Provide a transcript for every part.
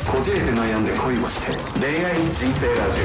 こじれて悩んで恋をして恋愛人生ラジ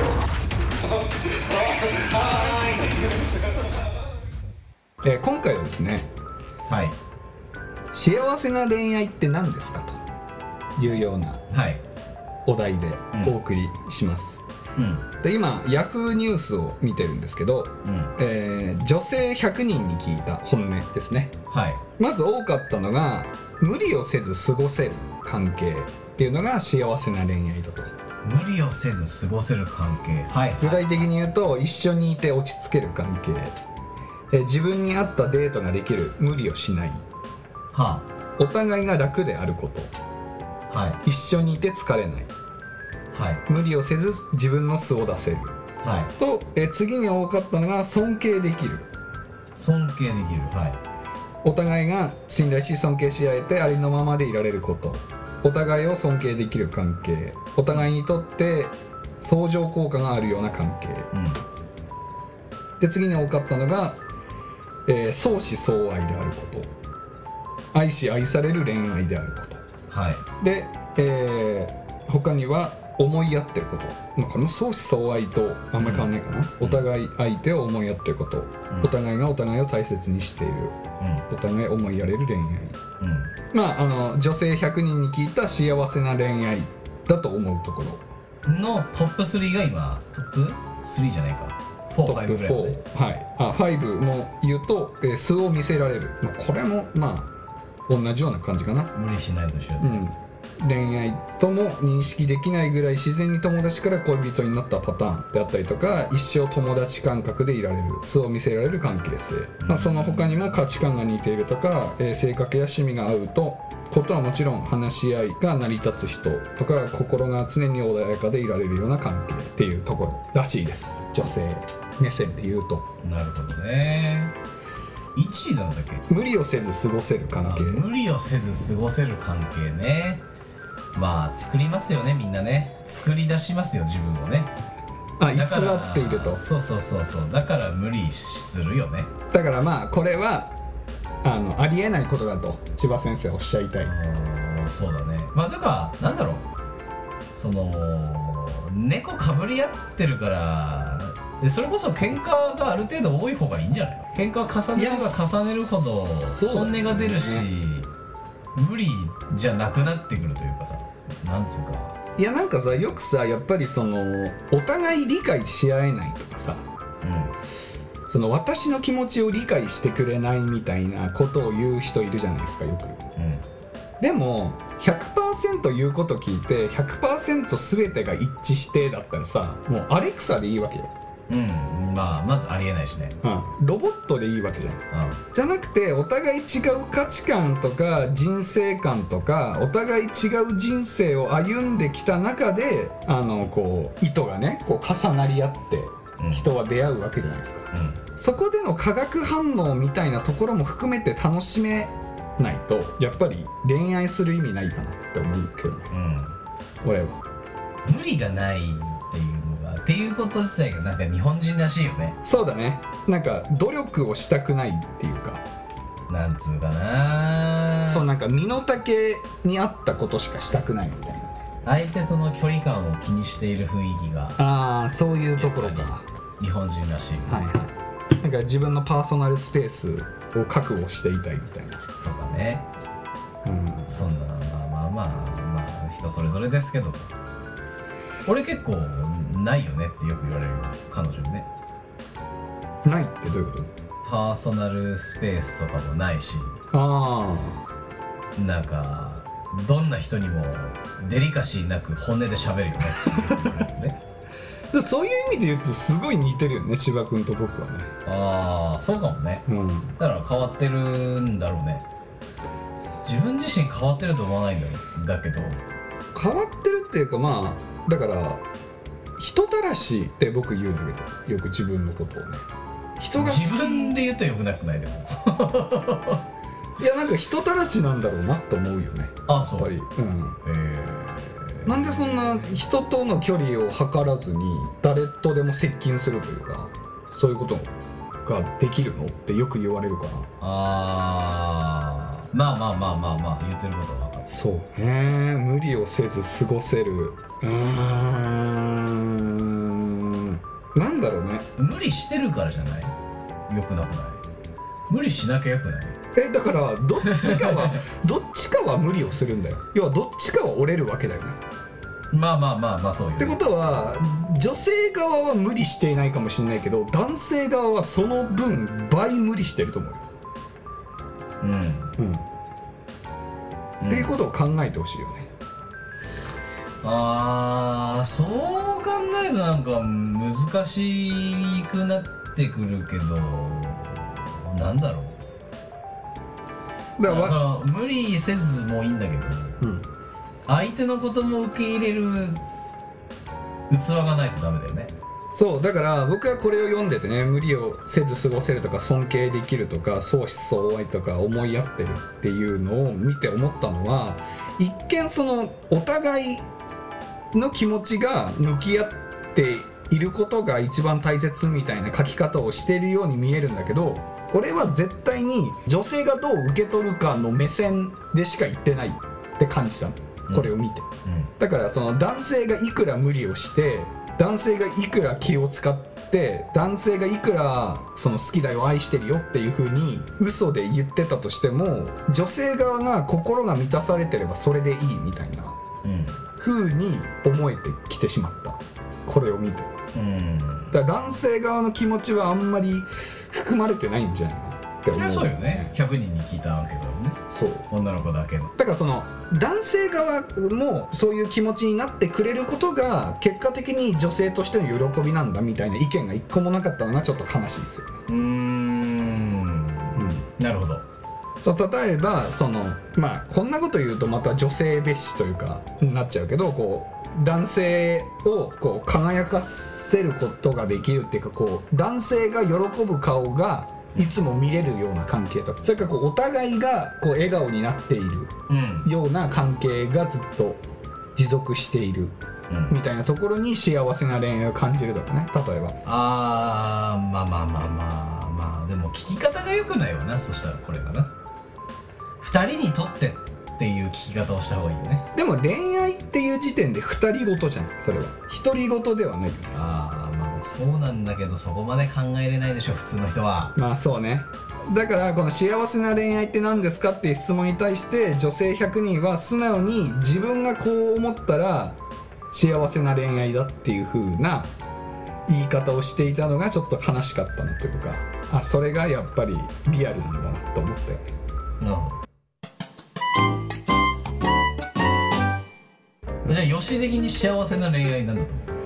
オ。今回はですね、 はい、 幸せな恋愛って何ですかというようなお題でお送りします、で今ヤフーニュースを見てるんですけど、女性100人に聞いた本音ですね、まず多かったのが無理をせず過ごせる関係っていうのが幸せな恋愛だと。 無理をせず過ごせる関係、 具体的に言うと一緒にいて落ち着ける関係、自分に合ったデートができる、無理をしない、お互いが楽であること、一緒にいて疲れない、無理をせず自分の素を出せる、と、次に多かったのが尊敬できる。お互いが信頼し尊敬し合えてありのままでいられること、お互いを尊敬できる関係、お互いにとって相乗効果があるような関係、で次に多かったのが、相思相愛であること、愛し愛される恋愛であること、で、他には思いやってること、これも相思相愛とあんまり変わんないかな、お互い相手を思いやってること、お互いがお互いを大切にしている、お互い思いやれる恋愛、女性100人に聞いた幸せな恋愛だと思うところのトップ3が今トップ3じゃないか、4、5ぐらいで、 5も言うと、素を見せられる、これも同じような感じかな。 無理しないとしよう、 恋愛とも認識できないぐらい自然に友達から恋人になったパターンであったりとか、一生友達感覚でいられる、素を見せられる関係性、その他にも価値観が似ているとか、性格や趣味が合うことはもちろん話し合いが成り立つ人とか、心が常に穏やかでいられるような関係っていうところらしいです、女性目線で言うと。 なるほどね。1位なんだっけ、 無理をせず過ごせる関係。 無理をせず過ごせる関係ね。作りますよね、みんなね。作り出しますよ、自分をね。 偽っていると。 そうだから無理するよね。 だからこれはありえないことだと千葉先生はおっしゃりたい。 そうだね。だからなんだろう、その猫かぶり合ってるから、それこそ喧嘩がある程度多い方がいいんじゃないの。喧嘩を重ねれば重ねるほど本音が出るし、無理じゃなくなってくるというかさ、なんつうか。 いやなんかさ、よくさ、やっぱりそのお互い理解し合えないとかさ、その私の気持ちを理解してくれないみたいなことを言う人いるじゃないですか、よく。でも 100% 言うこと聞いて 100% 全てが一致してだったらさ、もうアレクサでいいわけよ。 まずありえないしね、 ロボットでいいわけじゃん、じゃなくてお互い違う価値観とか人生観とか、お互い違う人生を歩んできた中でこう糸がねこう重なり合って人は出会うわけじゃないですか、そこでの化学反応みたいなところも含めて楽しめないとやっぱり恋愛する意味ないかなって思うけどね、俺は。 無理がないっていうのがっていうこと自体がなんか日本人らしいよね。 そうだね。なんか努力をしたくないっていうか、 なんつうかな、 そうなんか身の丈に合ったことしかしたくないみたいな、 相手との距離感を気にしている雰囲気が、 そういうところか。 日本人らしい。 なんか自分のパーソナルスペースを確保していたいみたいなとかね。そんな人それぞれですけど、俺結構ないよねってよく言われる彼女にね。 ないってどういうこと？ パーソナルスペースとかもないし、なんかどんな人にもデリカシーなく本音で喋るよねってよく言われるね。 そういう意味で言うとすごい似てるよね、千葉君と僕はね。 そうかもね、だから変わってるんだろうね。自分自身変わってると思わないんだけど、 変わってるっていうかだから人たらしって僕言うんだけど、よく自分のことをね。人が自分で言うとよくなくない？でもいやなんか人たらしなんだろうなと思うよね。 そう。 やっぱり。なんでそんな人との距離を測らずに誰とでも接近するというか、そういうことができるのってよく言われるから。 言ってることは分かる。 そうね、無理をせず過ごせる。なんだろうね。 無理してるからじゃない？よくなくない？無理しなきゃよくない？ だからどっちかは無理をするんだよ。要はどっちかは折れるわけだよね。 まあそういう、 ってことは女性側は無理していないかもしれないけど、男性側はその分倍無理してると思うよ。っていうことを考えてほしいよね。 そう考えるとなんか難しくなってくるけど、なんだろう。だから無理せずもいいんだけど、相手のことも受け入れる器がないとダメだよね。 そうだから僕はこれを読んでてね、無理をせず過ごせるとか尊敬できるとか相思相愛とか思いやってるっていうのを見て思ったのは、一見そのお互いの気持ちが向き合っていることが一番大切みたいな書き方をしているように見えるんだけど、俺は絶対に女性がどう受け取るかの目線でしか言ってないって感じたの、これを見て。だからその男性がいくら無理をして、男性がいくら気を使って、男性がいくらその好きだよ愛してるよっていう風に嘘で言ってたとしても、女性側が心が満たされてればそれでいいみたいな風に思えてきてしまった、これを見て。だから男性側の気持ちはあんまり含まれてないんじゃないって思う。 そりゃそうよね。100人に聞いたわけだよね。 そう女の子だけの。 だからその男性側もそういう気持ちになってくれることが結果的に女性としての喜びなんだみたいな意見が一個もなかったのがちょっと悲しいですよね。 なるほど。 そう例えばそのこんなこと言うとまた女性蔑視というかなっちゃうけど、こう男性をこう輝かせることができるっていうか、こう男性が喜ぶ顔がいつも見れるような関係とか、それからこうお互いがこう笑顔になっているような関係がずっと持続しているみたいなところに幸せな恋愛を感じるとかね、例えば。 まあでも聞き方が良くないわな。そしたらこれがな、2人にとってっていう聞き方をした方がいいよね。 でも恋愛っていう時点で二人ごとじゃん、それは独り言ではない。 そうなんだけど、そこまで考えれないでしょ普通の人は。 そうね。だからこの幸せな恋愛って何ですかっていう質問に対して女性100人は素直に自分がこう思ったら幸せな恋愛だっていう風な言い方をしていたのがちょっと悲しかったなというか、それがやっぱりリアルなんだなと思ったよね。 なるほど。じゃあよし的に幸せな恋愛なんだと思う？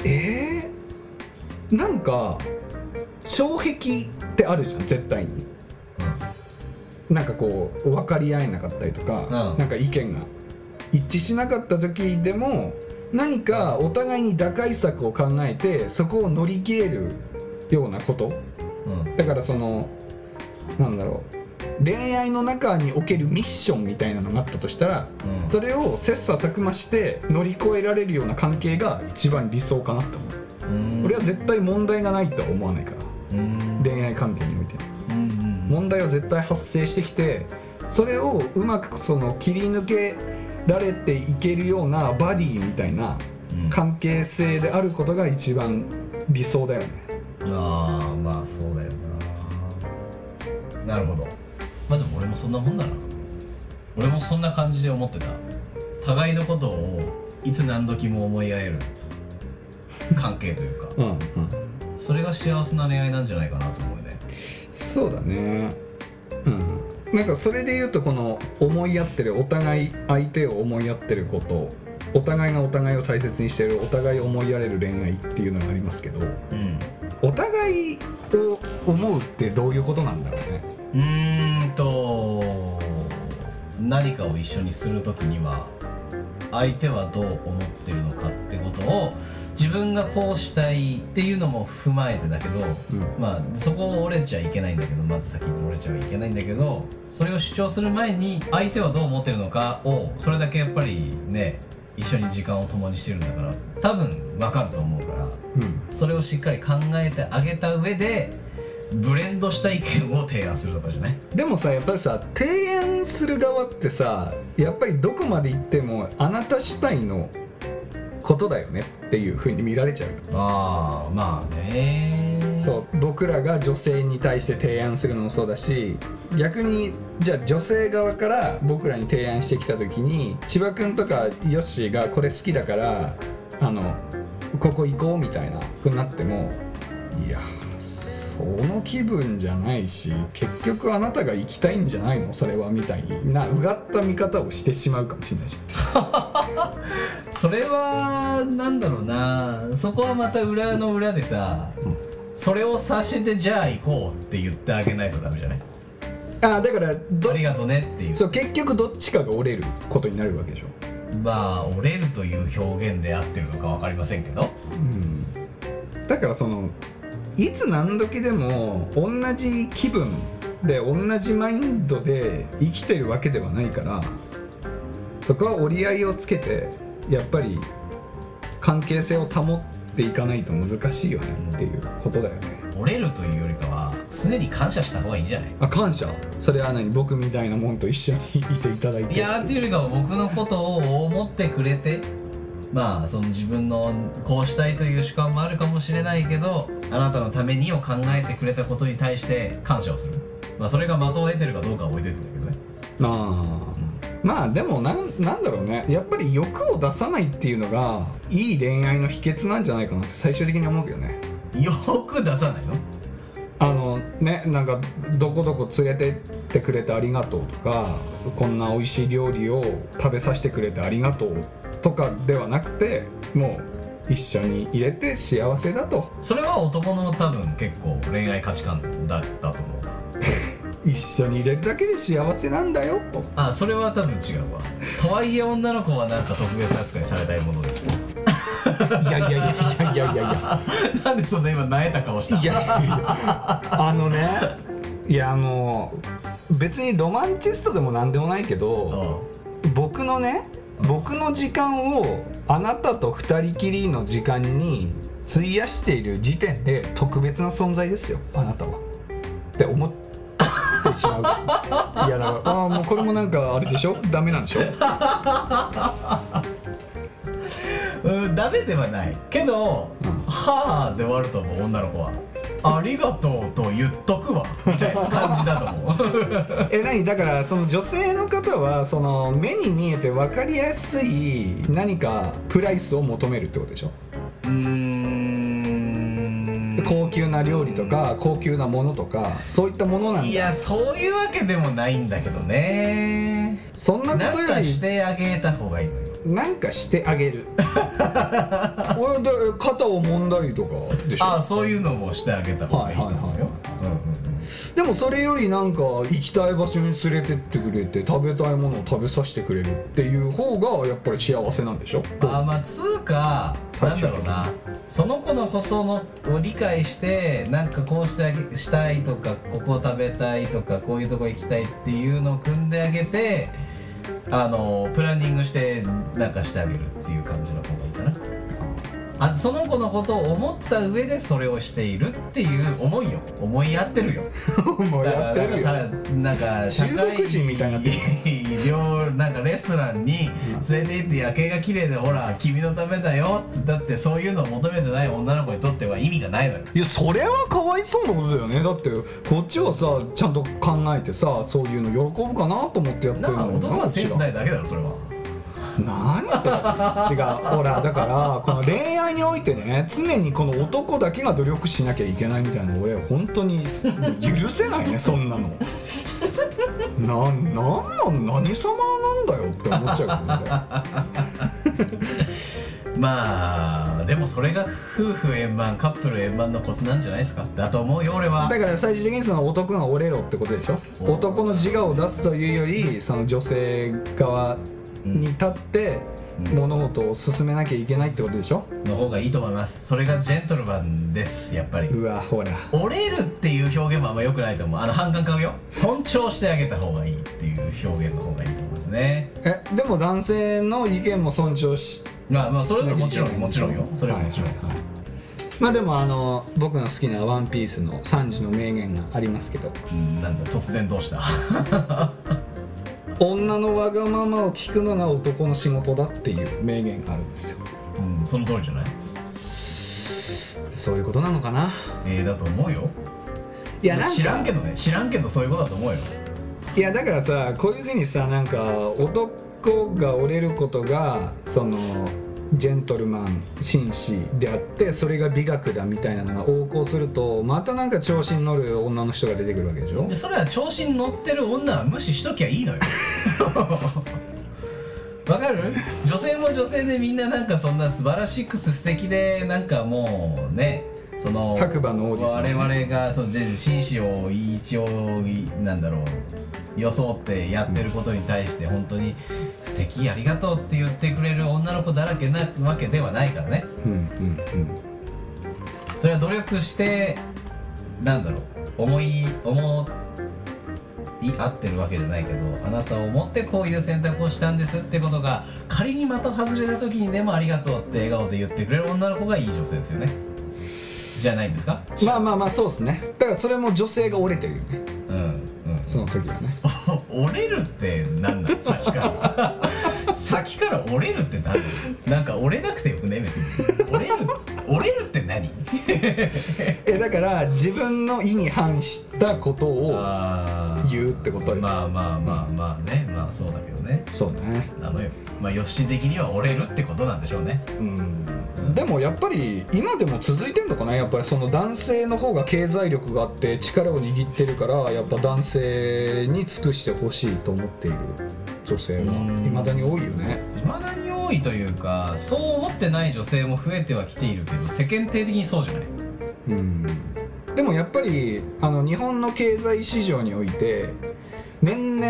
なんか障壁ってあるじゃん絶対に。なんかこう分かり合えなかったりとか、なんか意見が一致しなかった時でも何かお互いに打開策を考えてそこを乗り切れるようなこと、だからそのなんだろう、恋愛の中におけるミッションみたいなのがあったとしたら、それを切磋琢磨して乗り越えられるような関係が一番理想かなって思う。俺は絶対問題がないとは思わないから、恋愛関係において、問題は絶対発生してきて、それをうまくその切り抜けられていけるようなバディみたいな関係性であることが一番理想だよね。 そうだよな。なるほど。でも俺もそんなもんだな。俺もそんな感じで思ってた。互いのことをいつ何時も思い合える関係というかそれが幸せな恋愛なんじゃないかなと思うよね。 そうだね。なんかそれで言うとこの思いやってる、お互い相手を思いやってること、お互いがお互いを大切にしてる、お互い思いやれる恋愛っていうのがありますけど、お互いを思うってどういうことなんだろうね。 何かを一緒にするときには相手はどう思ってるのかってことを自分がこうしたいっていうのも踏まえてだけど、そこを折れちゃいけないんだけど、まず先に折れちゃいけないんだけど、それを主張する前に相手はどう思ってるのかをそれだけやっぱりね、一緒に時間を共にしてるんだから多分分かると思うから、それをしっかり考えてあげた上でブレンドした意見を提案するとかじゃない？ でもさやっぱりさ提案する側ってさやっぱりどこまで行ってもあなた主体のことだよねっていう風に見られちゃうよ。 ああまあね。 そう僕らが女性に対して提案するのもそうだし逆にじゃあ女性側から僕らに提案してきた時に千葉君とかヨッシーがこれ好きだからここ行こうみたいな風になってもいやその気分じゃないし結局あなたが行きたいんじゃないのそれはみたいなうがった見方をしてしまうかもしれないしそれはなんだろうなそこはまた裏の裏でさ、それを察してじゃあ行こうって言ってあげないとダメじゃない？ だからありがとねっていう。 そう結局どっちかが折れることになるわけでしょ。 まあ折れるという表現で合ってるのか分かりませんけど、 だからいつ何時でも同じ気分で同じマインドで生きてるわけではないからそこは折り合いをつけてやっぱり関係性を保っていかないと難しいよねっていうことだよね。 折れるというよりかは常に感謝した方がいいんじゃない？ 感謝？それは僕みたいなもんと一緒にいていただいて。 いやっていうよりかは僕のことを思ってくれてまあその自分のこうしたいという主観もあるかもしれないけどあなたのためにを考えてくれたことに対して感謝をする。まあそれが的を得てるかどうかは置いといてんだけどね。 まあでもなんだろうねやっぱり欲を出さないっていうのがいい恋愛の秘訣なんじゃないかなって最終的に思うけどね。 欲出さないの？ なんかどこどこ連れてってくれてありがとうとかこんな美味しい料理を食べさせてくれてありがとうとかではなくてもう一緒に入れて幸せだと。 それは男の多分結構恋愛価値観だったと思う一緒に入れるだけで幸せなんだよと。 それは多分違うわ。とはいえ女の子はなんか特別扱いされたいものですけどいやなんでそんな今萎えた顔した？ いや別にロマンチストでもなんでもないけど僕の時間をあなたと二人きりの時間に費やしている時点で特別な存在ですよあなたはって思ってしまう。いやだからもうこれもなんかあれでしょダメなんでしょダメではないけど、はぁで終わると思う女の子は。ありがとうと言っとくわみたいな感じだと思うだからその女性の方はその目に見えて分かりやすい何かプライスを求めるってことでしょ。高級な料理とか高級なものとかそういったものなんだ。 いやそういうわけでもないんだけどね。 そんなことよりなんかしてあげた方がいいのよ。 なんかしてあげる肩を揉んだりとかでしょ。 そういうのもしてあげた方がいいと思うよ。 でもそれよりなんか行きたい場所に連れてってくれて食べたいものを食べさせてくれるっていう方がやっぱり幸せなんでしょ。 つうかなんだろうなその子のことを理解してなんかこうしたいとかここを食べたいとかこういうとこ行きたいっていうのを組んであげてプランニングしてなんかしてあげるっていう感じの方がいいかな。その子のことを思った上でそれをしているっていう思い合ってるよ思い合ってるよ。 なんか中国人みたいななんかレストランに連れて行って夜景が綺麗でほら君のためだよってだってそういうのを求めてない女の子にとっては意味がないのよ。 いやそれはかわいそうなことだよね。だってこっちはさちゃんと考えてさそういうの喜ぶかなと思ってやってるのに男はセンスないだけだろそれは。 何それ違うほらだからこの恋愛においてね常にこの男だけが努力しなきゃいけないみたいな俺は本当に許せないねそんなの何様なんだよって思っちゃうけどねまあでもそれが夫婦円満カップル円満のコツなんじゃないですか。だと思うよ俺は。 だから最終的にその男が折れろってことでしょ。男の自我を出すというよりその女性側に立って物事を進めなきゃいけないってことでしょ。 の方がいいと思います。それがジェントルマンですやっぱり。 うわほら折れるっていう表現もあんま良くないと思う。反感買うよ。尊重してあげた方がいいっていう表現の方がいいと思いますね。 でも男性の意見も尊重しまあそれはもちろんよそれはもちろん、 まあでも僕の好きなワンピースのサンジの名言がありますけど、 なんだ突然どうした女のわがままを聞くのが男の仕事だっていう名言があるんですよ。 その通りじゃない？ そういうことなのかな。 だと思うよ。 いや、なんか知らんけどね、知らんけどそういうことだと思うよ。 いやだからさ、こういうふうにさ、なんか男が折れることがそのジェントルマン紳士であって、それが美学だみたいなのが横行すると、またなんか調子に乗る女の人が出てくるわけでしょ。 でそれは調子に乗ってる女は無視しときゃいいのよわかる？女性も女性でみんななんかそんな素晴らしく素敵で、なんかもうね、その白馬の王子様、 我々がその紳士を一応なんだろう装ってやってることに対して本当に素敵ありがとうって言ってくれる女の子だらけなわけではないからね。それは努力してなんだろう思い合ってるわけじゃないけど、あなたを思ってこういう選択をしたんですってことが仮に的外れた時にでもありがとうって笑顔で言ってくれる女の子がいい女性ですよね。じゃないんですか？ まあそうですね。だからそれも女性が折れてるよね。その時はね折れるって何なの？さっきから先から折れるって何？なんか折れなくてよくね別に。折れるって何？ だから自分の意に反したことを言うってことよ。 まあね、まあそうだけどね。 そうね。 なのよ。まあヨッシー的には折れるってことなんでしょうね。 でもやっぱり今でも続いてんのかな。やっぱりその男性の方が経済力があって力を握ってるから、やっぱ男性に尽くしてほしいと思っている女性は未だに多いよね。 未だに多いというか、そう思ってない女性も増えてはきているけど、世間体的にそうじゃない。 でもやっぱり日本の経済市場において年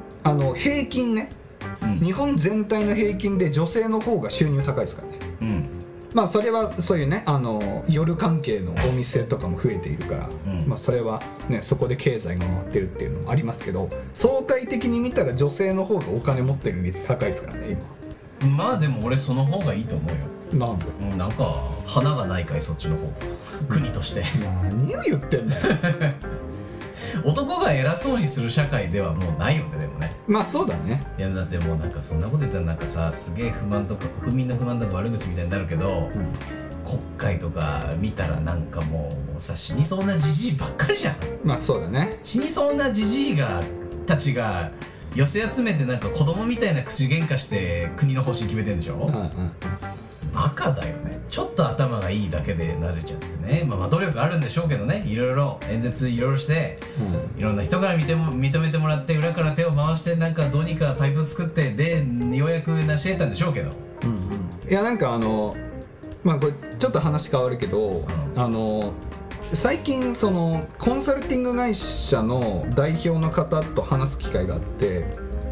々平均ね、日本全体の平均で女性の方が収入高いですからね。まあそれはそういうね夜関係のお店とかも増えているから、まあそれはねそこで経済が回ってるっていうのもありますけど、相対的に見たら女性の方がお金持ってる率高いですからね今。まあでも俺その方がいいと思うよ。 なんで？ なんか花がないかいそっちの方国として何を言ってんだよ男が偉そうにする社会ではもうないよね。でもね、 まあそうだね。 いやだってもうなんかそんなこと言ったらなんかさ、すげえ不満とか国民の不満とか悪口みたいになるけど、国会とか見たらなんかもうさ、死にそうなじじいばっかりじゃん。 まあそうだね。 死にそうなじじいたちが寄せ集めてなんか子供みたいな口喧嘩して国の方針決めてんでしょ。バカだよね。ちょっと頭がいいだけで慣れちゃってね。まあ努力あるんでしょうけどね。いろいろ演説いろいろして、いろんな人から認めてもらって裏から手を回してなんかどうにかパイプ作ってでようやく成し得たんでしょうけど。 いやなんかまあこれちょっと話変わるけど、最近そのコンサルティング会社の代表の方と話す機会があって、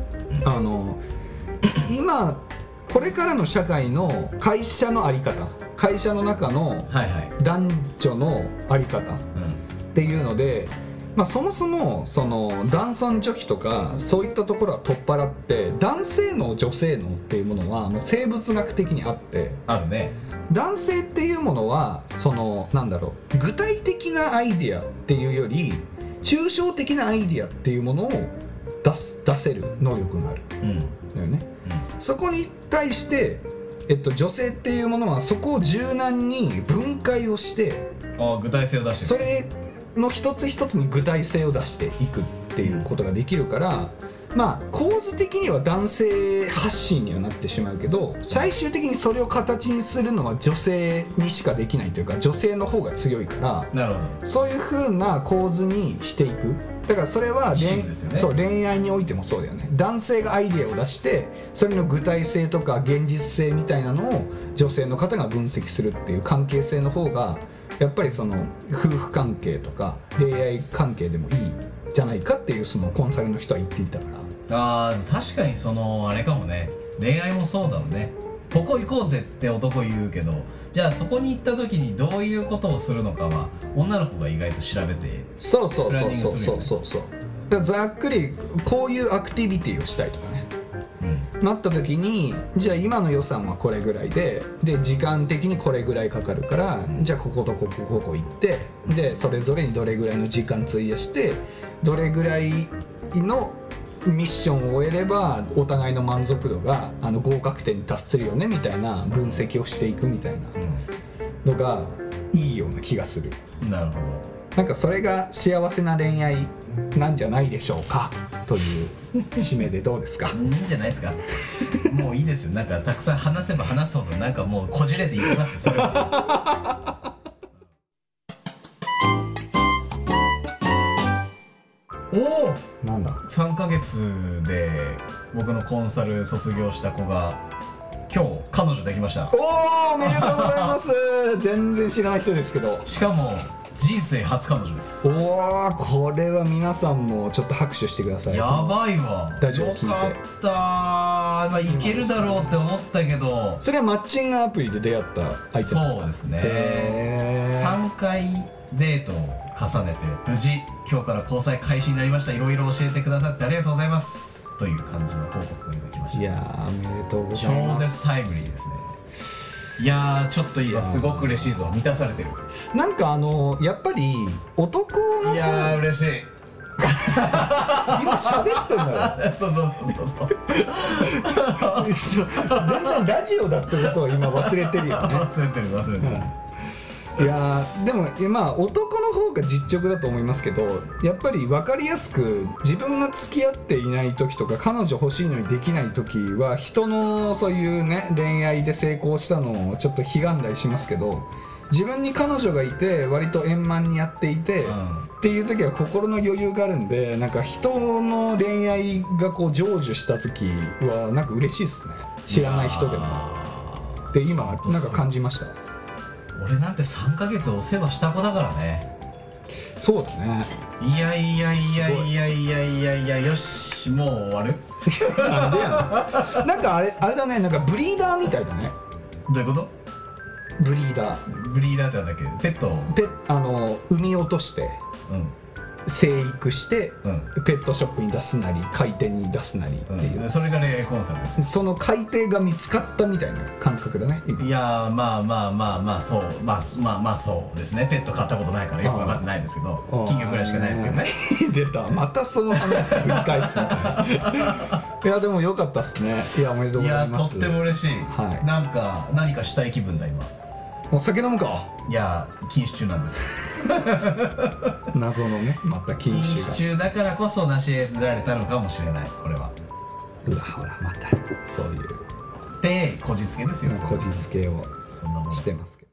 今これからの社会の会社の在り方、会社の中の男女の在り方っていうので、まあ、そもそもその男尊女卑とかそういったところは取っ払って、男性脳女性脳っていうものはもう生物学的にあって、 あるね。 男性っていうものはそのなんだろう、具体的なアイディアっていうより抽象的なアイディアっていうものを出せる能力がある、だよね。そこに対して、女性っていうものはそこを柔軟に分解をして、 具体性を出してそれの一つ一つに具体性を出していくっていうことができるから、まあ構図的には男性発信にはなってしまうけど、最終的にそれを形にするのは女性にしかできないというか、女性の方が強いから、 なるほど、 そういう風な構図にしていく。だからそれはそう恋愛においてもそうだよね。男性がアイデアを出してそれの具体性とか現実性みたいなのを女性の方が分析するっていう関係性の方がやっぱりその夫婦関係とか恋愛関係でもいいじゃないかっていう、そのコンサルの人は言っていたから。 確かにそのあれかもね。恋愛もそうだろうね。ここ行こうぜって男言うけど、じゃあそこに行った時にどういうことをするのかは女の子が意外と調べてプランニングするよね。だからざっくりこういうアクティビティをしたいとかね、 なった時にじゃあ今の予算はこれぐらいで時間的にこれぐらいかかるから、じゃあこことここ行ってでそれぞれにどれぐらいの時間費やしてどれぐらいのミッションを終えればお互いの満足度が合格点に達するよねみたいな分析をしていくみたいなのがいいような気がする。 なるほど。 なんかそれが幸せな恋愛なんじゃないでしょうかという締めでどうですか？ いいんじゃないですか。もういいですよ。なんかたくさん話せば話すほどなんかもうこじれていきますよ。それこそ。おお。 なんだ。 3ヶ月で僕のコンサル卒業した子が今日彼女できました。 おめでとうございます。全然知らない人ですけど。 しかも人生初彼女です。 おお、これは皆さんもちょっと拍手してください。 やばいわ。 ラジオ聞いてよかったー。まあいけるだろうって思ったけど。 それはマッチングアプリで出会った相手ですか？ そうですね。3回デートを重ねて無事今日から交際開始になりました。いろいろ教えてくださってありがとうございますという感じの報告が今来ました。 いやー、おめでとうございます。 超絶タイムリーですね。いやー、ちょっ今すごく嬉しいぞ。満たされてる。 なんかやっぱり男のいやー嬉しい。 今喋ってんだよ。 そう全然ラジオだってことを今忘れてるよね。 忘れてる。 いやでもまあ男の方が実直だと思いますけど、やっぱり分かりやすく自分が付き合っていない時とか彼女欲しいのにできない時は人のそういうね恋愛で成功したのをちょっとひがんだりしますけど、自分に彼女がいて割と円満にやっていて、っていう時は心の余裕があるんで、なんか人の恋愛がこう成就した時はなんか嬉しいですね。知らない人でもで今なんか感じました。 俺なんて3ヶ月お世話した子だからね。 そうだね。 いやよしもう終わる。 なんでやねん。なんかあれだね、なんかブリーダーみたいだね。 どういうこと？ ブリーダー。 ブリーダーってなんだっけ？ペットを産み落として、生育して、ペットショップに出すなり買い手に出すなりっていう、 それが恋愛コンサルです。 その買い手が見つかったみたいな感覚だね。 いやーまあそうですね。ペット飼ったことないからよく分かってないですけど、金魚ぐらいしかないですけどね。 出た、またその話繰り返すみたいな。いやでも良かったっすね。いやおめでとうございます。 いやとっても嬉しい。なんか何かしたい気分だ今。 お酒飲むか？ いや禁酒中なんです。 謎のね、また禁酒が。 禁酒だからこそ成し得られたのかもしれない。これは。 うわほらまたそういう。 でこじつけですよ。 こじつけをしてますけど。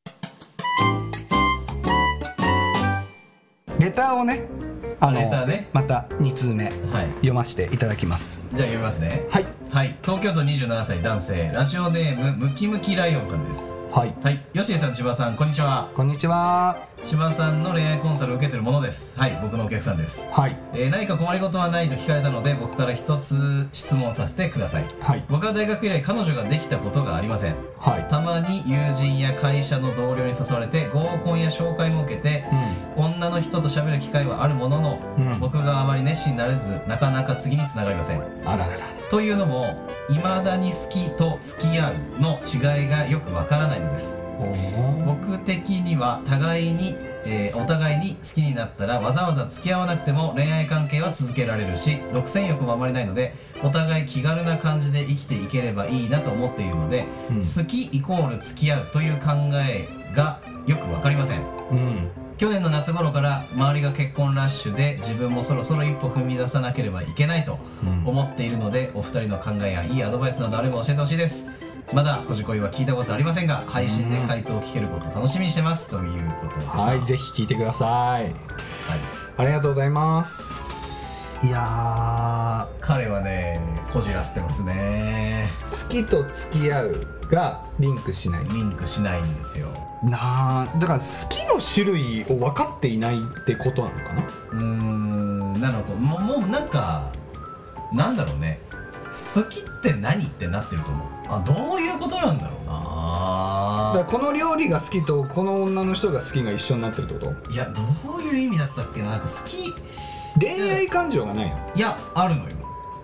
レターをね。レターね、また2通目、読ませていただきます。 じゃあ読みますね。はい、東京都27歳男性、ラジオネームムキムキライオンさんです。はい、ヨシーさん、千葉さん、こんにちは。 こんにちは。 千葉さんの恋愛コンサルを受けてるものです。はい、僕のお客さんです。はい、何か困りごとはないと聞かれたので、僕から一つ質問させてください。はい、僕は大学以来彼女ができたことがありません。はい、たまに友人や会社の同僚に誘われて合コンや紹介も受けて、女の人と喋る機会はあるものの、僕があまり熱心になれずなかなか次につながりません。あららら。というのも未だに好きと付き合うの違いがよくわからないのです。僕的にはお互いに好きになったらわざわざ付き合わなくても恋愛関係は続けられるし、独占欲もあまりないのでお互い気軽な感じで生きていければいいなと思っているので、好きイコール付き合うという考えがよくわかりません。去年の夏頃から周りが結婚ラッシュで自分もそろそろ一歩踏み出さなければいけないと思っているので、お二人の考えやいいアドバイスなどあれば教えてほしいです。まだこじこいは聞いたことありませんが、配信で回答を聞けることを楽しみにしてますということでした。 はい、ぜひ聞いてください。ありがとうございます。いやー、 彼はねこじらせてますね。 好きと付き合うがリンクしないんですよ。 だから好きの種類を分かっていないってことなのかな。 なのかもうなんかなんだろうね、好きって何ってなってると思う。どういうことなんだろうな。 だからこの料理が好きとこの女の人が好きが一緒になってるってこと？ いやどういう意味だったっけな。なんか好き恋愛感情がないの？ いやあるのよ。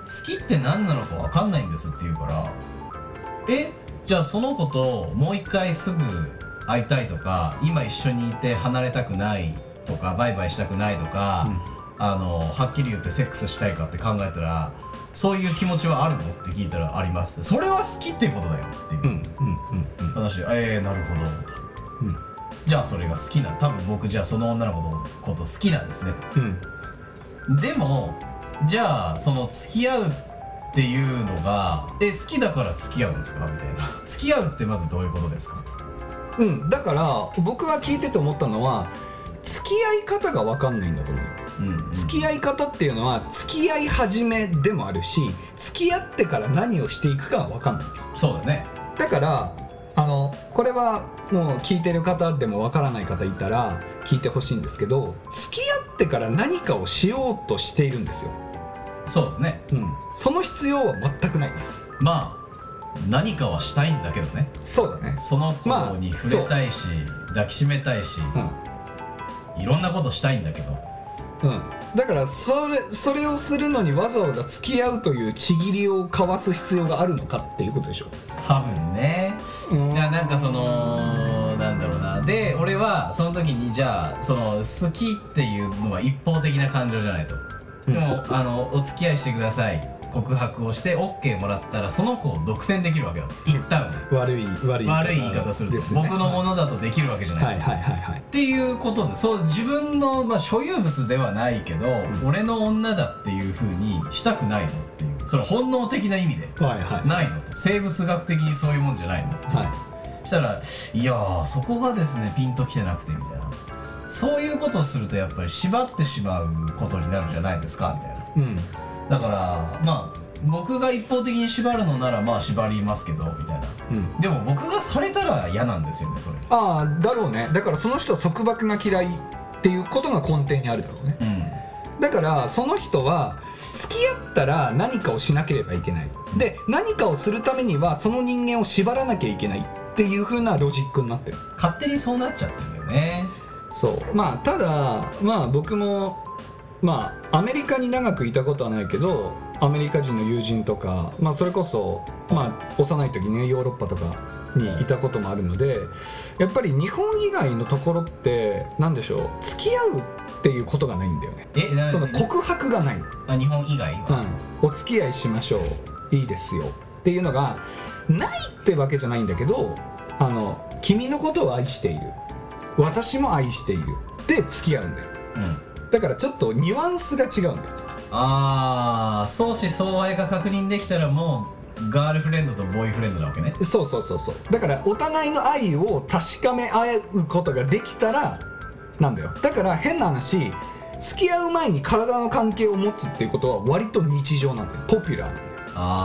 きって何なのか分かんないんですって言うから、じゃあその子ともう一回すぐ会いたいとか、今一緒にいて離れたくないとか、バイバイしたくないとか、はっきり言ってセックスしたいかって考えたら、そういう気持ちはあるのって聞いたら、あります。それは好きっていうことだよっていう。私なるほどと、じゃあそれが好きな、多分僕じゃあその女の子のこと好きなんですねと、でもじゃあその付き合うっていうのが好きだから付き合うんですかみたいな。付き合うってまずどういうことですかと。 だから僕は聞いてて思ったのは、付き合い方が分かんないんだと思う。付き合い方っていうのは付き合い始めでもあるし、付き合ってから何をしていくかは分かんない。 そうだね。 だからこれはもう聞いてる方でも分からない方いたら聞いてほしいんですけど、付き合ってから何かをしようとしているんですよ。 そうだね。 その必要は全くないです。 まあ何かはしたいんだけどね。 そうだね。 その子に触れたいし、抱きしめたいし、いろんなことしたいんだけど、 だからそれをするのにわざわざ付き合うというちぎりを交わす必要があるのかっていうことでしょ。 多分ね。いやなんかそのなんだろうな。で俺はその時にじゃあその好きっていうのは一方的な感情じゃないと。でもお付き合いしてください、告白をして OK もらったらその子を独占できるわけだと。一旦悪い言い方すると、僕のものだとできるわけじゃないですか。っていうことで、そう自分の所有物ではないけど、俺の女だっていう風にしたくないのっていう、その本能的な意味でないのと、生物学的にそういうもんじゃないのっていう。したらいやーそこがですねピンときてなくてみたいな。そういうことをするとやっぱり縛ってしまうことになるじゃないですかみたいな。だから僕が一方的に縛るのなら縛りますけどみたいな、でも僕がされたら嫌なんですよねそれ。 だろうね。だからその人は束縛が嫌いっていうことが根底にあるだろうね。だからその人は付き合ったら何かをしなければいけない、で何かをするためにはその人間を縛らなきゃいけないっていう風なロジックになってる。 勝手にそうなっちゃってるんだよね。 そうただ僕もアメリカに長くいたことはないけど、アメリカ人の友人とか、それこそ幼い時にねヨーロッパとかにいたこともあるので、やっぱり日本以外のところって何でしょう、付き合うっていうことがないんだよね。その告白がない。 日本以外は、 お付き合いしましょう、いいですよっていうのがないってわけじゃないんだけど、君のことを愛している、私も愛しているで付き合うんだよ。だからちょっとニュアンスが違うんだよ。 相思相愛が確認できたらもうガールフレンドとボーイフレンドなわけね。 そうだからお互いの愛を確かめ合うことができたらなんだよ。だから変な話、付き合う前に体の関係を持つっていうことは割と日常なんだよ。ポピュラーなんだよ。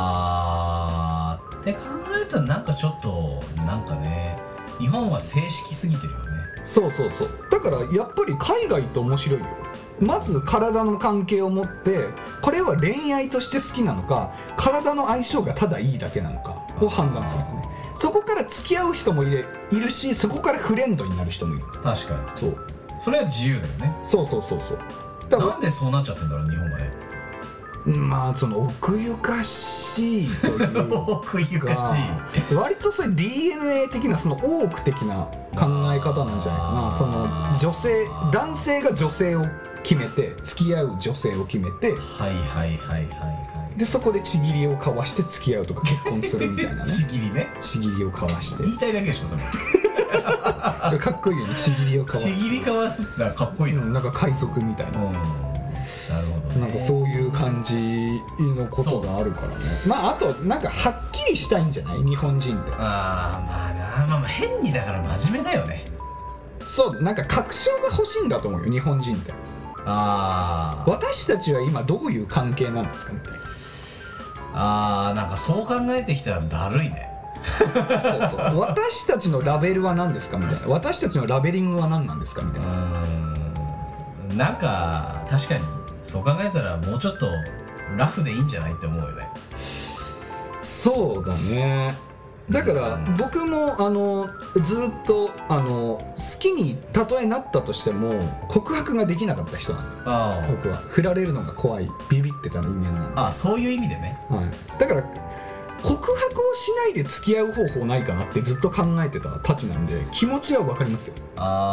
って考えたらなんかちょっとなんかね、日本は正式すぎてるよね。 そうだからやっぱり海外って面白いよ。まず体の関係を持って、これは恋愛として好きなのか、体の相性がただいいだけなのかを判断するんだね。そこから付き合う人もいるし、そこからフレンドになる人もいる。 確かにそれは自由だよね。 そうなんでそうなっちゃってんだろう日本はね。 その奥ゆかしいというか奥ゆかしい割とそれ DNA 的なその多く的な考え方なんじゃないかな。その男性が女性を決めて、付き合う女性を決めて、でそこでちぎりを交わして付き合うとか結婚するみたいなね。ちぎりを交わして言いたいだけでしょそれ。 それかっこいいよね。ちぎりを交わす。 ちぎり交わすってかっこいいの。 なんか海賊みたいな。 なるほどね。 なんかそういう感じのことがあるからね。あとなんかはっきりしたいんじゃない日本人って。 変にだから真面目だよね。 なんか確証が欲しいんだと思うよ日本人って。私たちは今どういう関係なんですかみたいな。 なんかそう考えてきたらだるいね。 私たちのラベルは何ですかみたいな。私たちのラベリングは何なんですかみたいな。 なんか確かにそう考えたらもうちょっとラフでいいんじゃないって思うよね。 そうだね。 だから僕もずっと好きにたとえなったとしても告白ができなかった人なんで、僕は振られるのが怖い、ビビってたの意味なんで。 そういう意味でね、 はい、だから告白をしないで付き合う方法ないかなってずっと考えてたたちなんで、気持ちは分かりますよ。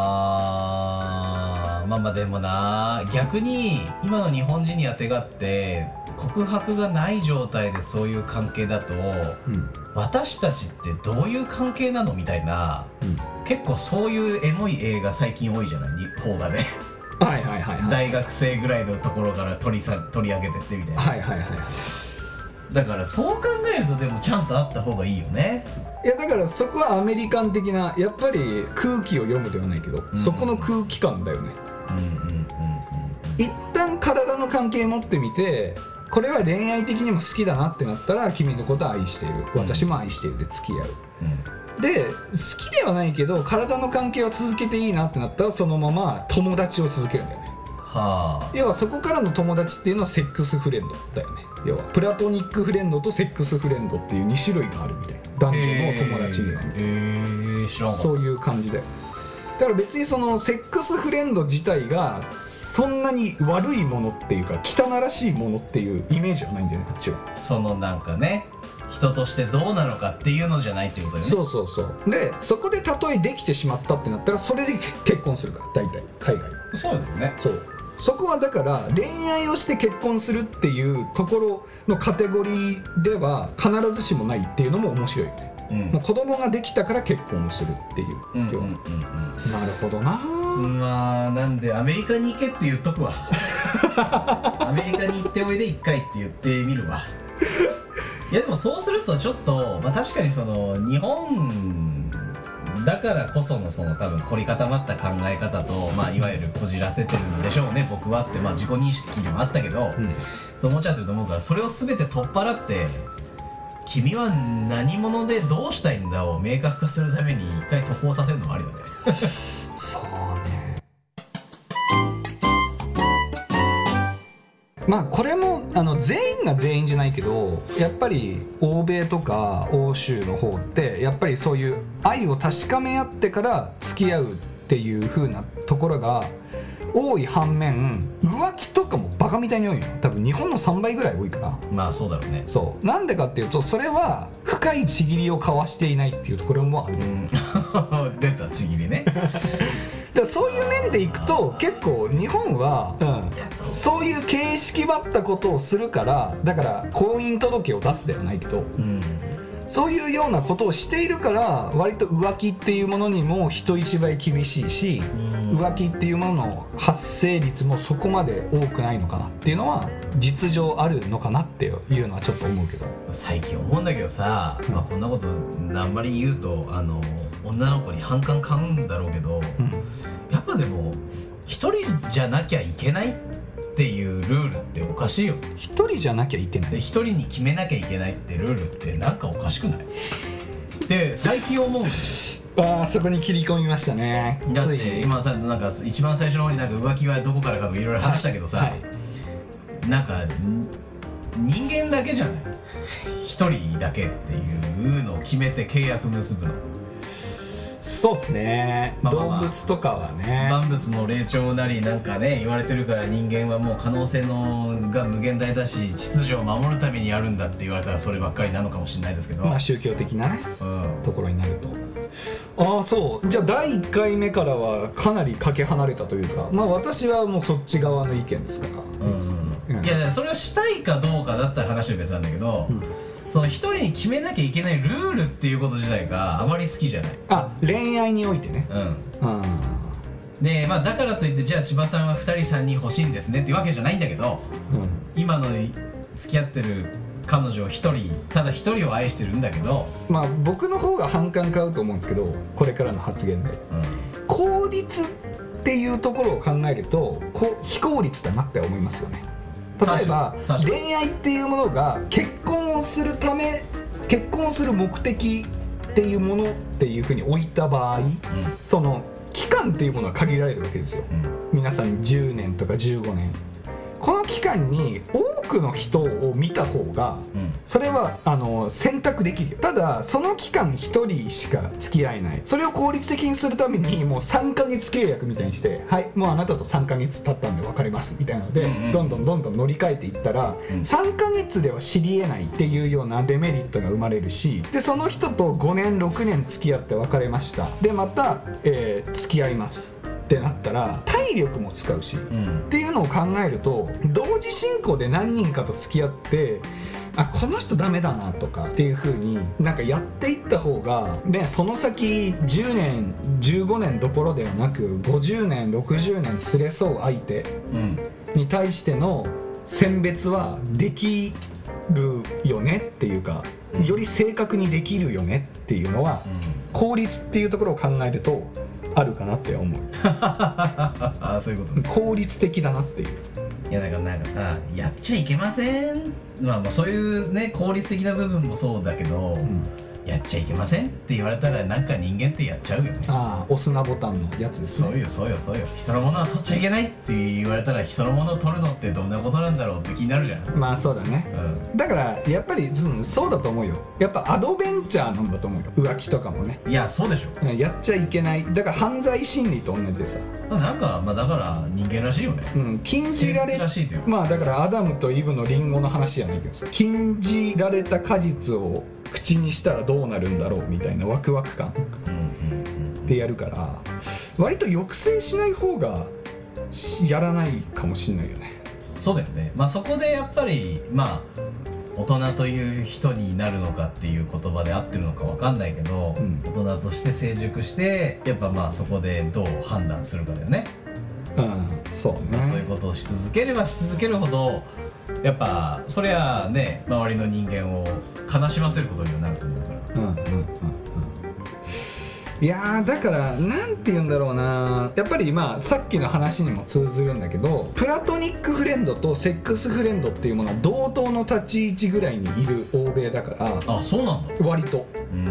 まあでもな、逆に今の日本人にあてがって告白がない状態でそういう関係だと、私たちってどういう関係なのみたいな、結構そういうエモい映画最近多いじゃない、方がね。 はいはいはい、はい、 大学生ぐらいのところから取り上げてってみたいな。はいはいはい。だからそう考えるとでもちゃんとあった方がいいよね。 いやだからそこはアメリカン的な、やっぱり空気を読むではないけど、そこの空気感だよね。一旦体の関係持ってみて、これは恋愛的にも好きだなってなったら、君のことは愛している、私も愛しているで付き合う、で好きではないけど体の関係は続けていいなってなったら、そのまま友達を続けるんだよね。要はそこからの友達っていうのはセックスフレンドだよね。要はプラトニックフレンドとセックスフレンドっていう2種類があるみたいな、男女の友達には、 知らんかった。 そういう感じで、だから別にそのセックスフレンド自体がそんなに悪いものっていうか汚らしいものっていうイメージはないんだよね、あっちは。 そのなんかね、人としてどうなのかっていうのじゃないっていうことよね。 そうそうそう。でそこでたとえできてしまったってなったら、それで結婚するから、大体海外。 そうだよね。 そこはだから恋愛をして結婚するっていうところのカテゴリーでは必ずしもないっていうのも面白いよね。もう子供ができたから結婚するっていう。なるほどな。 まあなんでアメリカに行けって言っとくわ。アメリカに行っておいで1回って言ってみるわ。いやでもそうするとちょっと、確かにその日本だからこそのその多分凝り固まった考え方と、いわゆるこじらせてるんでしょうね、僕はって自己認識でもあったけど、そう思っちゃってると思うから、それを全て取っ払って君は何者でどうしたいんだを明確化するために一回渡航させるのもありだね。 そうね。これも全員が全員じゃないけど、やっぱり欧米とか欧州の方ってやっぱりそういう愛を確かめ合ってから付き合うっていう風なところが多い反面、浮気とかもバカみたいに多いの。多分日本の3倍ぐらい多いから。そうだろうね。そうなんでかっていうと、それは深いちぎりを交わしていないっていうところもある。 出たちぎりね。 だそういう面でいくと結構日本は、そういう形式ばったことをするから、だから婚姻届を出すではないけど、そういうようなことをしているから割と浮気っていうものにも人一倍厳しいし、浮気っていうものの発生率もそこまで多くないのかなっていうのは実情あるのかなっていうのはちょっと思うけど、 最近思うんだけどさ、こんなことあんまり言うと女の子に反感買うんだろうけど、やっぱでも一人じゃなきゃいけないっていうルールっておかしいよ。 一人じゃなきゃいけない、 一人に決めなきゃいけないってルールってなんかおかしくないって最近思う。 そこに切り込みましたね。 だって今さ、なんか一番最初の方になんか浮気はどこからかとかいろいろ話したけどさ、なんか人間だけじゃない、一人だけっていうのを決めて契約結ぶの。 そうっすね、動物とかはね、 万物の霊長なりなんかね言われてるから、人間はもう可能性が無限大だし秩序を守るためにやるんだって言われたらそればっかりなのかもしれないですけど、 宗教的なね、ところになると。そうじゃあ第1回目からはかなりかけ離れたというか、私はもうそっち側の意見ですから、 いやそれをしたいかどうかだったら話は別なんだけど、その一人に決めなきゃいけないルールっていうこと自体があまり好きじゃない。 恋愛においてね。 でだからといってじゃあ千葉さんは2人3人欲しいんですねっていうわけじゃないんだけど、今の付き合ってる彼女をただ一人を愛してるんだけど、 僕の方が反感買うと思うんですけど、これからの発言で、効率っていうところを考えると非効率だなって思いますよね。例えば恋愛っていうものが結婚をする目的っていうものっていうふうに置いた場合、その期間っていうものは限られるわけですよ。皆さん10年とか15年、 この期間に多くの人を見た方がうんそれは選択できるよ。ただその期間1人しか付き合えない、それを効率的にするためにもう3ヶ月契約みたいにして、はいもうあなたと3ヶ月経ったんで別れますみたいなので、どんどん乗り換えていったら、3ヶ月では知り得ないっていうようなデメリットが生まれるし、でその人と5年6年付き合って別れました、でまた、付き合いますってなったら体力も使うし、っていうのを考えると同時進行で何人かと付き合って、あこの人ダメだなとかっていう風になんかやっていった方がね、その先10年15年どころではなく50年60年連れ添う相手に対しての選別はできるよねっていうか、より正確にできるよねっていうのは、効率っていうところを考えるとあるかなって思う。 あ、そういうことね。 効率的だなっていう。 いやだからなんかさ、やっちゃいけません、まあそういうね効率的な部分もそうだけど、やっちゃいけませんって言われたらなんか人間ってやっちゃうよね。 ああ押すなボタンのやつですね。 そうよ人のものは取っちゃいけないって言われたら人のものを取るのってどんなことなんだろうって気になるじゃん。 まあそうだね、だからやっぱりそうだと思うよ。やっぱアドベンチャーなんだと思うよ、浮気とかもね。 いやそうでしょ、 やっちゃいけない、だから犯罪心理と同じでさ、 なんかまあだから人間らしいよね。 禁じられ生物らしいというか、 まあだからアダムとイブのリンゴの話じゃないけどさ、禁じられた果実を口にしたらどうなるんだろうみたいなワクワク感でやるから、割と抑制しない方がやらないかもしんないよね。 そうだよね。まあそこでやっぱりまあ大人という人になるのかっていう言葉で合ってるのかわかんないけど、大人として成熟してやっぱまあそこでどう判断するかだよね。 そうね、 まあ、そういうことをし続ければし続けるほどやっぱそりゃね周りの人間を悲しませることにはなると思うから。 いやだからなんて言うんだろうな、やっぱりまあさっきの話にも通ずるんだけど、プラトニックフレンドとセックスフレンドっていうものは同等の立ち位置ぐらいにいる欧米だから。 あ、そうなんだ。 割と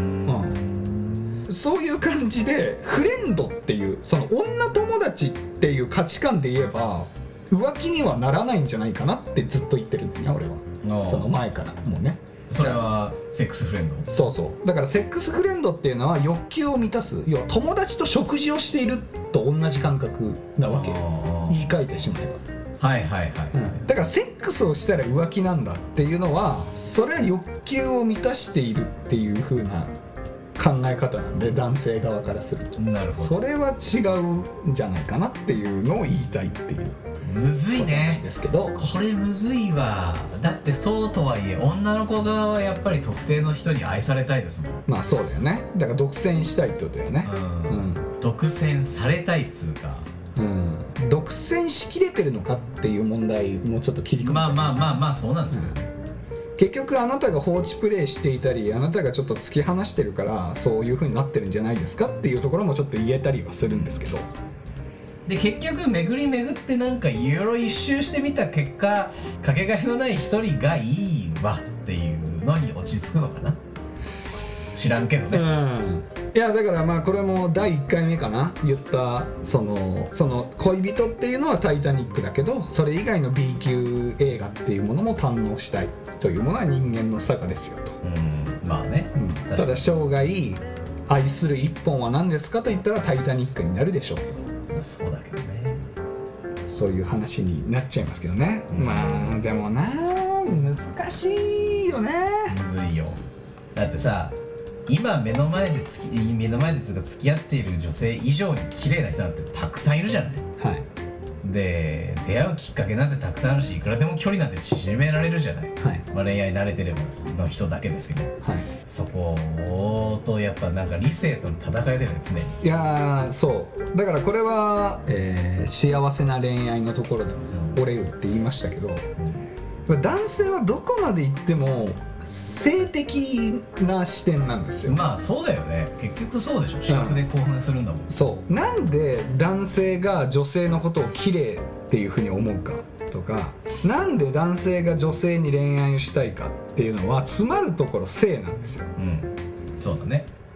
そういう感じでフレンドっていうその女友達っていう価値観で言えば浮気にはならないんじゃないかなってずっと言ってるんだよね俺は。その前からもうね。 それはセックスフレンド。 そうだからセックスフレンドっていうのは欲求を満たす、要は友達と食事をしていると同じ感覚なわけよ、言い換えてしまえば。だからセックスをしたら浮気なんだっていうのはそれは欲求を満たしているっていう風な考え方なんで、男性側からすると。 なるほど。 それは違うんじゃないかなっていうのを言いたいっていうむずいねですけど、 これむずいわ。だってそうとはいえ女の子側はやっぱり特定の人に愛されたいですもん。 まあそうだよね。だから独占したいってことだよね。 独占されたいっつうか、 独占しきれてるのかっていう問題もちょっと切り込む。 まあそうなんですよ、 結局あなたが放置プレイしていたり、あなたがちょっと突き放してるからそういう風になってるんじゃないですかっていうところもちょっと言えたりはするんですけど、 で結局巡り巡ってなんかいろいろ一周してみた結果、かけがえのない一人がいいわっていうのに落ち着くのかな、知らんけどね。 いやだからまあこれも第1回目かな言ったその恋人っていうのはタイタニックだけど、それ以外の B 級映画っていうものも堪能したいというものは人間の差がですよと。 まあね、 ただ生涯愛する一本は何ですかと言ったらタイタニックになるでしょう。 そうだけどね、 そういう話になっちゃいますけどね。まあでもな難しいよね。 むずいよ。だってさ、今目の前で付き合っている女性以上に綺麗な人なんてたくさんいるじゃない。で出会うきっかけなんてたくさんあるし、いくらでも距離なんて縮められるじゃない。恋愛慣れてればの人だけですけど、そことやっぱなんか理性との戦いだよね常に。 いやそうだからこれは、幸せな恋愛のところでも折れるって言いましたけど、男性はどこまで行っても性的な視点なんですよ。 まあそうだよね、結局そうでしょ。視覚で興奮するんだもん。 そうなんで男性が女性のことを綺麗っていうふうに思うかとか、なんで男性が女性に恋愛をしたいかっていうのは詰まるところ性なんですよ。 そうだね。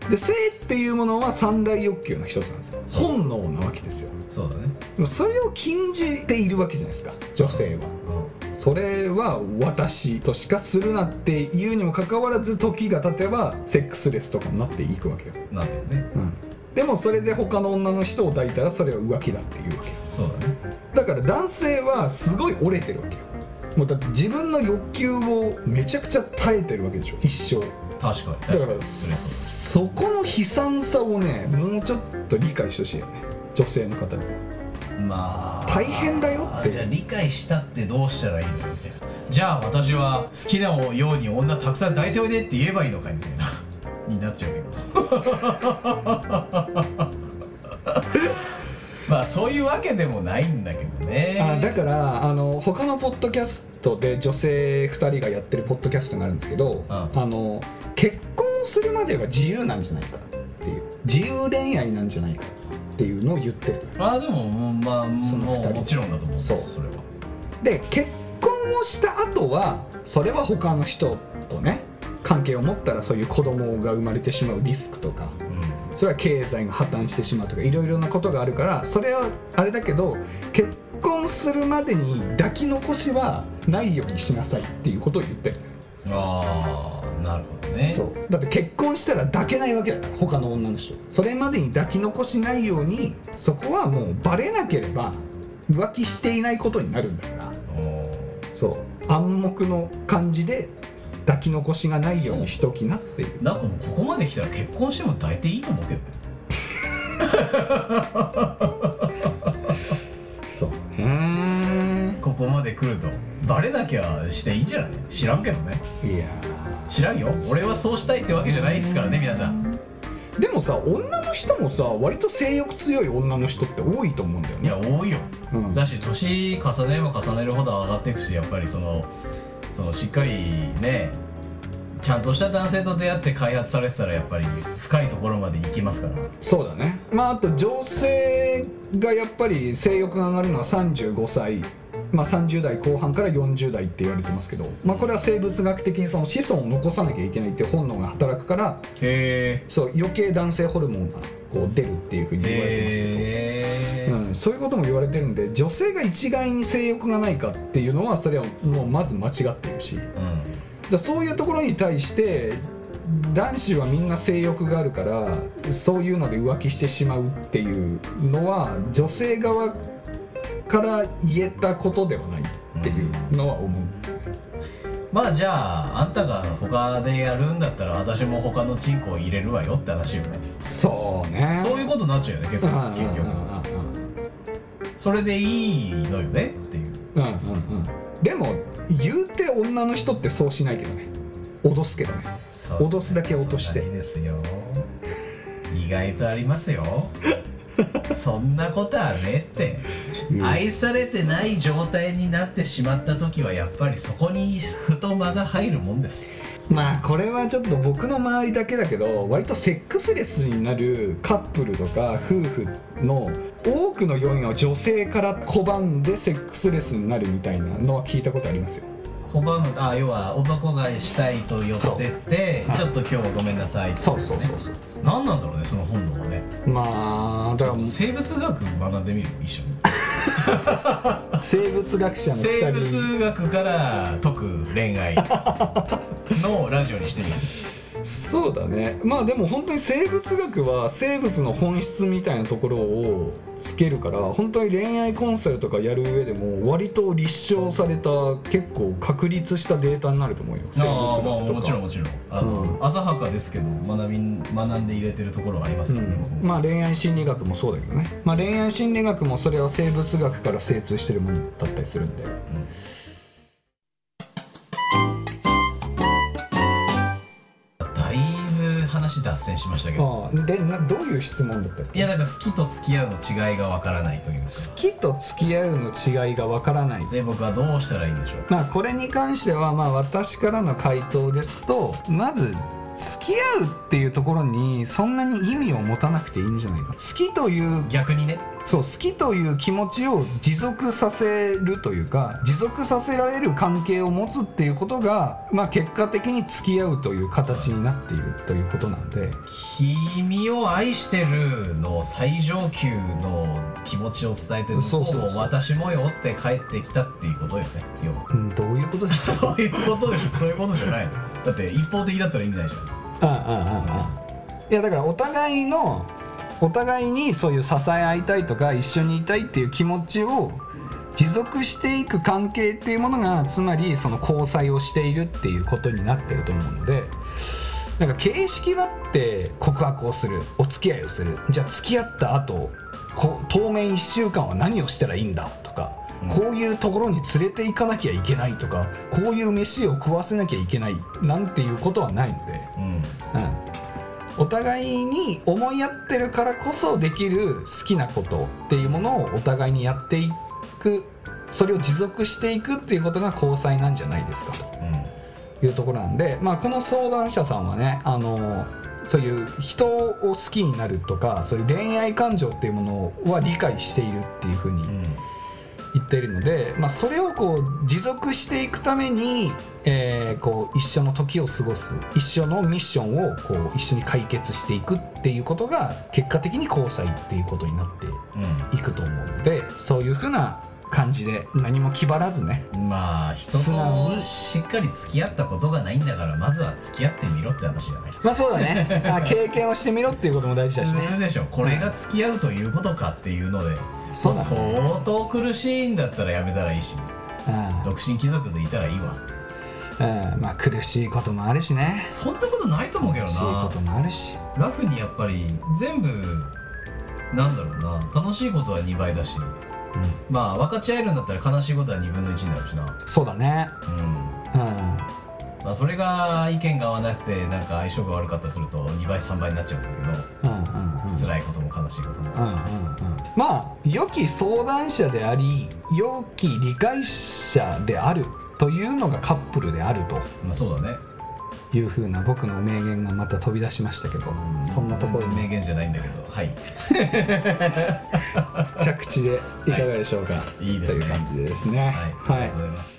で性っていうものは三大欲求の一つなんですよ。本能なわけですよ。 そうだね。 でもそれを禁じているわけじゃないですか、女性は。それは私としかするなっていうにもかかわらず、時が経てばセックスレスとかになっていくわけよ。 なってるね。 でもそれで他の女の人を抱いたらそれは浮気だっていうわけよ。 そうだね。 だから男性はすごい折れてるわけよ。もうだって自分の欲求をめちゃくちゃ耐えてるわけでしょ、一生。 確かに。 だからそこの悲惨さをね、もうちょっと理解してほしいよね、女性の方に。 まあ大変だよって。 じゃあ理解したってどうしたらいいのみたいな。じゃあ私は好きなように女たくさん抱いておいでって言えばいいのかみたいなになっちゃうけどまあそういうわけでもないんだけどね。 だから他のポッドキャストで女性2人がやってるポッドキャストがあるんですけど、結婚するまでは自由なんじゃないかっていう、自由恋愛なんじゃないかっていうのを言ってる。 でもまあもちろんだと思うんです。それはで、結婚をした後はそれは他の人とね関係を持ったらそういう子供が生まれてしまうリスクとか、それは経済が破綻してしまうとかいろいろなことがあるから、それはあれだけど、結婚するまでに抱き残しはないようにしなさいっていうことを言ってる。 なるほどね。 そうだって結婚したら抱けないわけだから、他の女の人。それまでに抱き残しないように、そこはもうバレなければ浮気していないことになるんだから、そう暗黙の感じで抱き残しがないようにしときなっていう。 なんかもうここまで来たら結婚しても抱いていいと思うけどねそうここまで来るとバレなきゃしていいんじゃない？知らんけどね。 いや知らんよ。俺はそうしたいってわけじゃないですからね、皆さん。 でもさ、女の人もさ、割と性欲強い女の人って多いと思うんだよね。 いや多いよ、だし年重ねれば重ねるほど上がっていくし、やっぱりそのしっかりねちゃんとした男性と出会って開発されてたらやっぱり深いところまで行きますから。 そうだね。あと女性がやっぱり性欲が上がるのは35歳、30代後半から40代って言われてますけど、これは生物学的にその子孫を残さなきゃいけないっていう本能が働くから、そう余計男性ホルモンがこう出るっていうふうに言われてますけど、そういうことも言われてるんで、女性が一概に性欲がないかっていうのはそれはもうまず間違っているし、そういうところに対して男子はみんな性欲があるからそういうので浮気してしまうっていうのは女性側から言えたことではないっていうのは思う。 じゃああんたが他でやるんだったら私も他のチンコを入れるわよって話よね。 そうね、 そういうことになっちゃうよね、結局それでいいのよねっていう。 でも言うて女の人ってそうしないけどね。脅すけどね。脅すだけ落として。 いいですよ。意外とありますよそんなことはねって、愛されてない状態になってしまった時はやっぱりそこにふと間が入るもんです。 これはちょっと僕の周りだけだけど、割とセックスレスになるカップルとか夫婦の多くの要因は女性から拒んでセックスレスになるみたいなのは聞いたことありますよ。 拒む、要は男がしたいと寄ってってちょっと今日はごめんなさいって、 そう何なんだろうね、その本能はね。 だから生物学学んでみる、一緒に生物学者の2人、 生物学から解く恋愛のラジオにしてみる。 そうだね。でも本当に生物学は生物の本質みたいなところをつけるから、本当に恋愛コンサルとかやる上でも割と立証された結構確立したデータになると思うよ。生物学とかもちろん浅はかですけど学んで入れてるところはありますからね。 恋愛心理学もそうだけどね。恋愛心理学もそれは生物学から精通してるものだったりするんで、 話脱線しましたけど。 でどういう質問だったっけ？ いや好きと付き合うの違いがわからないという。 好きと付き合うの違いがわからないで、僕はどうしたらいいんでしょう。 これに関しては私からの回答ですと、まず好付き合うっていうところにそんなに意味を持たなくていいんじゃないか。好きという逆にね、 そう好きという気持ちを持続させるというか、持続させられる関係を持つっていうことが、まあ、結果的に付き合うという形になっているということなんで、 君を愛してるの最上級の気持ちを伝えてる方も私もよって帰ってきたっていうことよね、要は。 どういうことですか。 そういうことでしょ。そういうことじゃないの。だって一方的だったら意味ないじゃん。 いやだからお互いにそういう支え合いたいとか一緒にいたいっていう気持ちを持続していく関係っていうものが、つまりその交際をしているっていうことになってると思うので、なんか形式だって告白をする、お付き合いをする、じゃあ付き合った後当面1週間は何をしたらいいんだとか、こういうところに連れて行かなきゃいけないとか、こういう飯を食わせなきゃいけないなんていうことはないので、お互いに思い合ってるからこそできる好きなことっていうものをお互いにやっていく、それを持続していくっていうことが交際なんじゃないですかというところなんで、まあ、この相談者さんはね、そういう人を好きになるとか、そういう恋愛感情っていうものは理解しているっていうふうに言っているので、まあ、それをこう持続していくために、こう一緒の時を過ごす、一緒のミッションをこう一緒に解決していくっていうことが結果的に交際っていうことになっていくと思うので、そういうふうな感じで何も気張らずね、 まあ人としっかり付き合ったことがないんだから、まずは付き合ってみろって話じゃない。 まあそうだね経験をしてみろっていうことも大事だしね。 でしょ、これが付き合うということかっていうので、 そうだね、 相当苦しいんだったらやめたらいいし、独身貴族でいたらいいわ。 まあ苦しいこともあるしね。 そんなことないと思うけどな。 苦しいこともあるし、 ラフにやっぱり全部なんだろうな、楽しいことは2倍だし、まあ分かち合えるんだったら悲しいことは2分の1になるしな。 そうだね。 まあそれが意見が合わなくてなんか相性が悪かったりすると2倍3倍になっちゃうんだけど、辛いことも悲しいことも、 まあ良き相談者であり良き理解者であるというのがカップルであると、 まあそうだね、 いう風な僕の名言がまた飛び出しましたけど、そんなところ全然名言じゃないんだけど、はい着地でいかがでしょうか、 いいですね、 という感じでですね。 はい、ありがとうございます。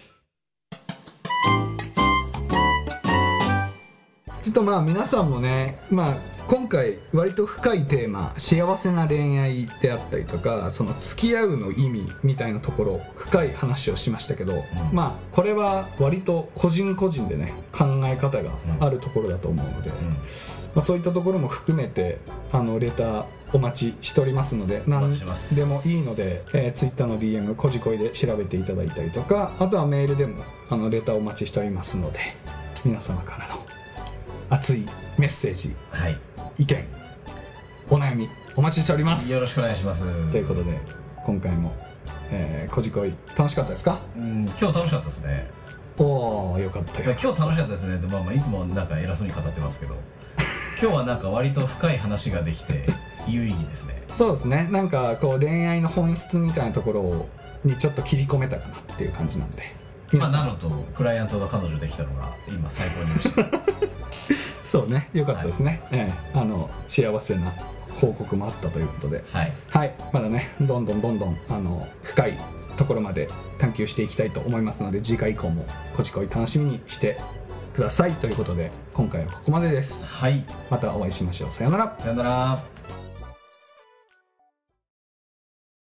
ちょっとまあ皆さんもね、まあ今回割と深いテーマ、幸せな恋愛であったりとか、その付き合うの意味みたいなところ深い話をしましたけど、まあこれは割と個人個人でね考え方があるところだと思うので、まあ、そういったところも含めてレターお待ちしておりますので、何でもいいので、Twitter の DM こじこいで調べていただいたりとか、あとはメールでもレターお待ちしておりますので、皆様からの熱いメッセージ、意見、お悩みお待ちしております。 よろしくお願いします。 ということで今回も、こじこい楽しかったですか？ 今日楽しかったですね。 おー、よかったよ。 今日楽しかったですねって、まあいつもなんか偉そうに語ってますけど今日はなんか割と深い話ができて有意義ですね。 そうですね、なんかこう恋愛の本質みたいなところにちょっと切り込めたかなっていう感じなんで、 まあなのとクライアントが彼女できたのが今最高に嬉しいそうね、よかったですね、幸せな報告もあったということで、まだねどんどん深いところまで探求していきたいと思いますので、次回以降もこじこい楽しみにしてくださいということで、今回はここまでです。またお会いしましょう。さようなら。 さようなら。